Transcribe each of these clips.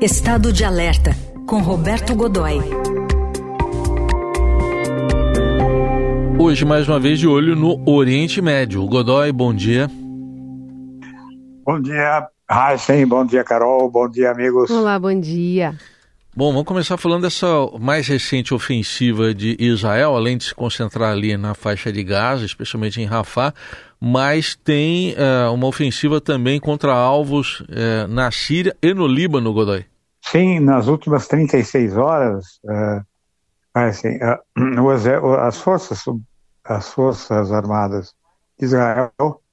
Estado de Alerta, com Roberto Godoy. Hoje, mais uma vez, de olho no Oriente Médio. Godoy, bom dia. Bom dia, Heisen, bom dia, Carol, bom dia, amigos. Olá, bom dia. Bom, vamos começar falando dessa mais recente ofensiva de Israel, além de se concentrar ali na faixa de Gaza, especialmente em Rafah, mas tem uma ofensiva também contra alvos na Síria e no Líbano, Godoy. Sim, nas últimas 36 horas, as Forças Armadas de Israel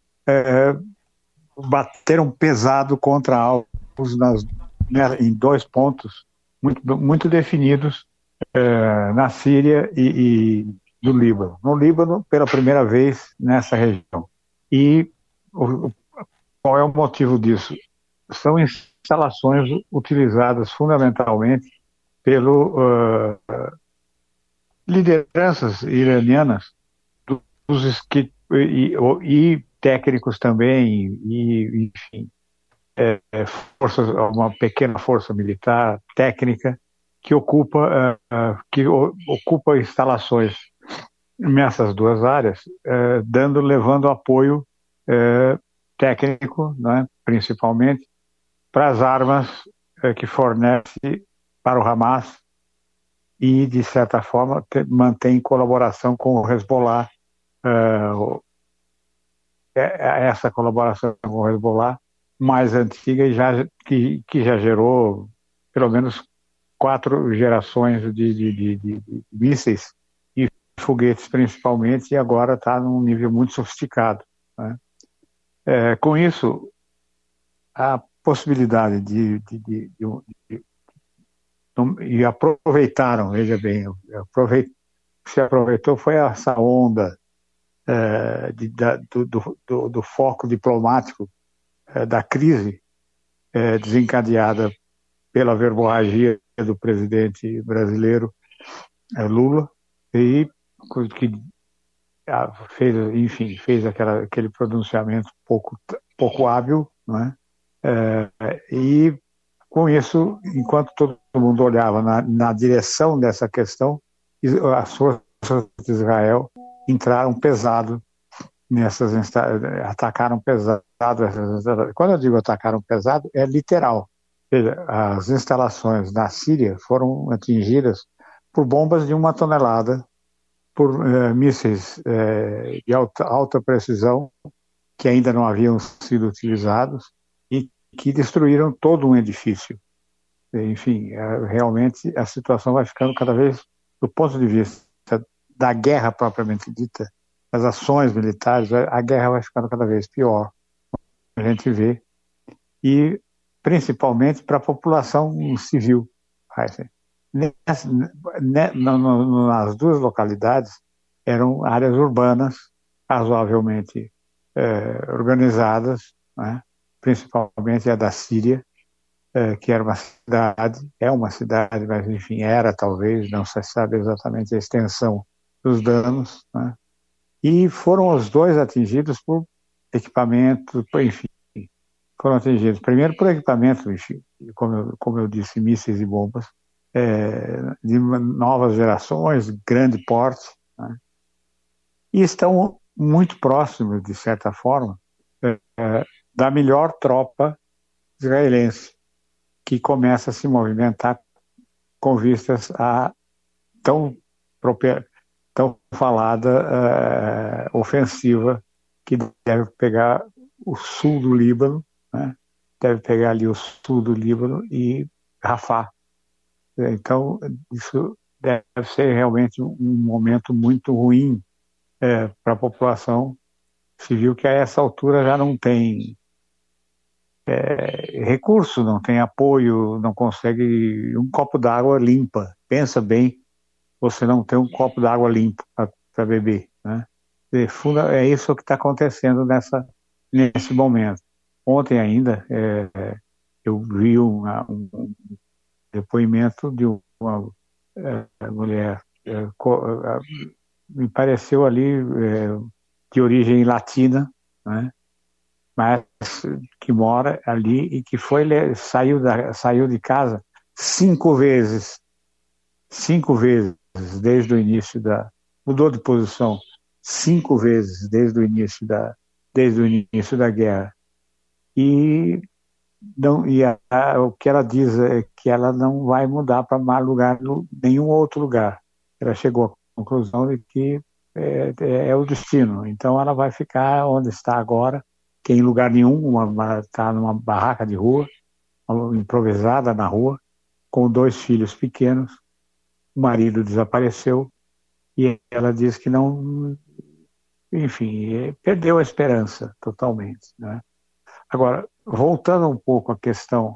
bateram pesado contra alvos em dois pontos muito definidos na Síria e no Líbano. No Líbano, pela primeira vez nessa região. E qual é o motivo disso? São instalações utilizadas fundamentalmente pelo lideranças iranianas e técnicos também, e enfim, uma pequena força militar técnica que ocupa instalações nessas duas áreas, levando apoio técnico, né, principalmente, para as armas que fornece para o Hamas e, de certa forma, mantém colaboração com o Hezbollah. Essa colaboração com o Hezbollah mais antiga e que já gerou pelo menos 4 gerações de mísseis e foguetes principalmente, e agora está num nível muito sofisticado, né? Com isso, a possibilidade e aproveitaram, veja bem, se aproveitou foi essa onda do foco diplomático da crise desencadeada pela verborragia do presidente brasileiro Lula, e que fez aquele pronunciamento pouco hábil, não é? E com isso, enquanto todo mundo olhava na direção dessa questão, as forças de Israel entraram pesado atacaram pesado essas instalações. Quando eu digo atacaram pesado, é literal. As instalações na Síria foram atingidas por bombas de 1 tonelada, por mísseis de alta precisão, que ainda não haviam sido utilizados e que destruíram todo um edifício. Enfim, realmente a situação vai ficando cada vez, do ponto de vista da guerra propriamente dita, das ações militares, a guerra vai ficando cada vez pior, a gente vê, e principalmente para a população civil. Nas duas localidades eram áreas urbanas razoavelmente organizadas, né? Principalmente a da Síria, que era uma cidade, mas enfim, talvez, não se sabe exatamente a extensão dos danos, né? E foram os dois atingidos por equipamento, enfim, foram atingidos primeiro por equipamento, enfim, como eu disse, mísseis e bombas, de novas gerações, grande porte, né? E estão muito próximos, de certa forma, da melhor tropa israelense, que começa a se movimentar com vistas à tão falada ofensiva que deve pegar o sul do Líbano, né? Deve pegar ali o sul do Líbano e Rafah. Então, isso deve ser realmente um momento muito ruim para a população civil, que a essa altura já não tem recurso, não tem apoio, não consegue um copo d'água limpa. Pensa bem, você não tem um copo d'água limpo para beber, né? É isso que está acontecendo nesse momento. Ontem ainda eu vi um depoimento de uma mulher, me pareceu ali de origem latina, né? mas que mora ali e que saiu de casa 5 vezes desde o início mudou de posição 5 vezes desde o início da guerra. E o que ela diz é que ela não vai mudar para mais nenhum outro lugar. Ela chegou à conclusão de que é o destino. Então ela vai ficar onde está agora, que é em lugar nenhum, está numa barraca de rua, improvisada na rua, com 2 filhos pequenos. O marido desapareceu e ela diz que não, enfim, perdeu a esperança totalmente, né? Agora, voltando um pouco à questão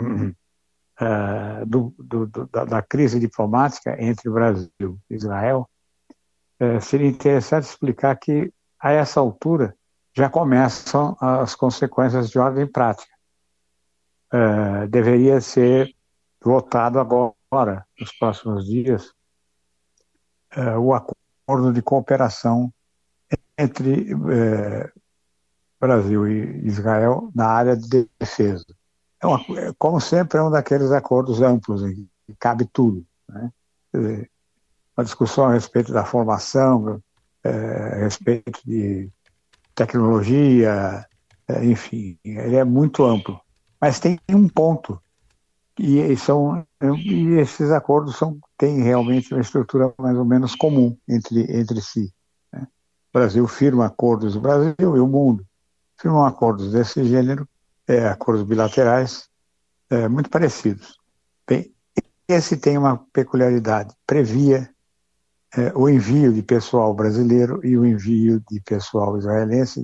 da crise diplomática entre o Brasil e Israel, seria interessante explicar que, a essa altura, já começam as consequências de ordem prática. Deveria ser votado agora, nos próximos dias, o acordo de cooperação entre Brasil e Israel na área de defesa. Como sempre, é um daqueles acordos amplos, em que cabe tudo, né? Quer dizer, uma discussão a respeito da formação, a respeito de tecnologia, enfim, ele é muito amplo. Mas tem um ponto, e esses acordos têm realmente uma estrutura mais ou menos comum entre si, né? O Brasil firma acordos, o Brasil e o mundo firmam acordos desse gênero, acordos bilaterais, muito parecidos. Bem, esse tem uma peculiaridade, previa o envio de pessoal brasileiro e o envio de pessoal israelense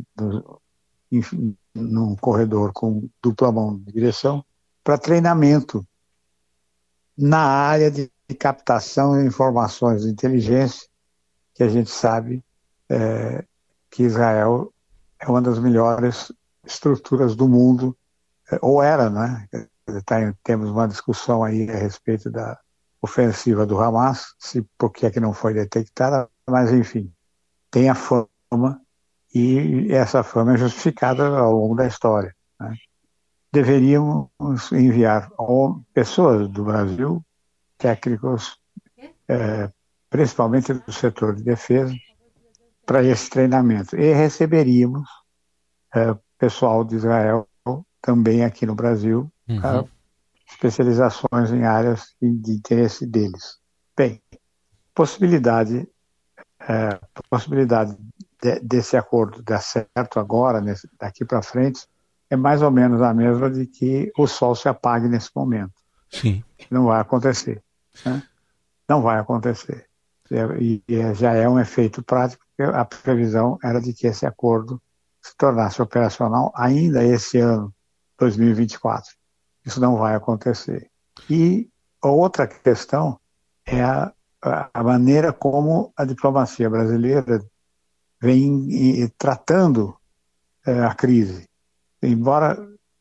num corredor com dupla mão de direção para treinamento na área de captação de informações de inteligência, que a gente sabe que Israel é uma das melhores estruturas do mundo, ou era, né? Temos uma discussão aí a respeito da ofensiva do Hamas, por que é que não foi detectada, mas enfim, tem a fama, e essa fama é justificada ao longo da história, né? Deveríamos enviar pessoas do Brasil, técnicos, principalmente do setor de defesa, para esse treinamento. E receberíamos pessoal de Israel também aqui no Brasil, especializações em áreas de interesse deles. Bem, possibilidade desse acordo dar certo agora, daqui para frente, é mais ou menos a mesma de que o sol se apague nesse momento. Sim. Não vai acontecer, né? Não vai acontecer. E já é um efeito prático, porque a previsão era de que esse acordo se tornasse operacional ainda esse ano, 2024. Isso não vai acontecer. E a outra questão é a maneira como a diplomacia brasileira vem tratando a crise. Embora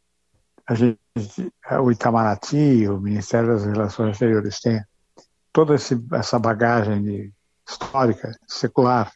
o Itamaraty, o Ministério das Relações Exteriores, tenha toda essa bagagem histórica, secular,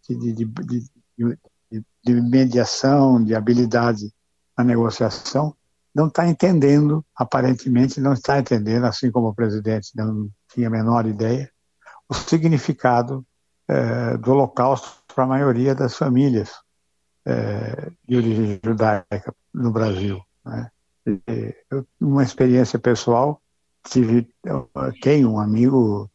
de mediação, de habilidade na negociação, não está entendendo, aparentemente não está entendendo, assim como o presidente não tinha a menor ideia, o significado do Holocausto para a maioria das famílias de origem judaica no Brasil, né? Uma experiência pessoal, tenho um amigo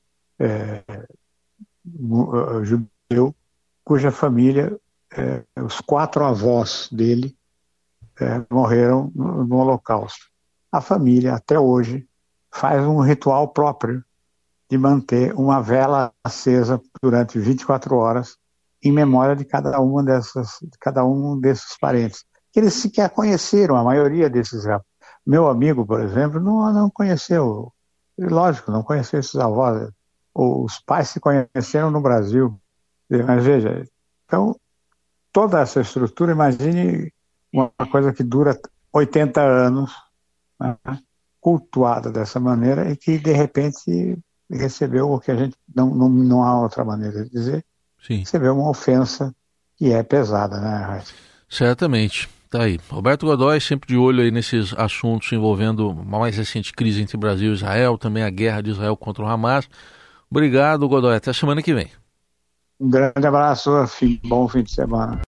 judeu cuja família, os 4 avós dele morreram no Holocausto. A família, até hoje, faz um ritual próprio de manter uma vela acesa durante 24 horas em memória de cada um desses parentes. Eles sequer conheceram, a maioria desses. Meu amigo, por exemplo, não conheceu, lógico, não conheceu esses avós. Os pais se conheceram no Brasil. Mas veja, então, toda essa estrutura, imagine uma coisa que dura 80 anos, né, cultuada dessa maneira, e que, de repente, recebeu o que a gente não há outra maneira de dizer. Sim. Recebeu uma ofensa que é pesada, né, Raíssa? Certamente. Tá aí. Roberto Godoy, sempre de olho aí nesses assuntos envolvendo a mais recente crise entre Brasil e Israel, também a guerra de Israel contra o Hamas. Obrigado, Godoy. Até semana que vem. Um grande abraço, bom fim de semana.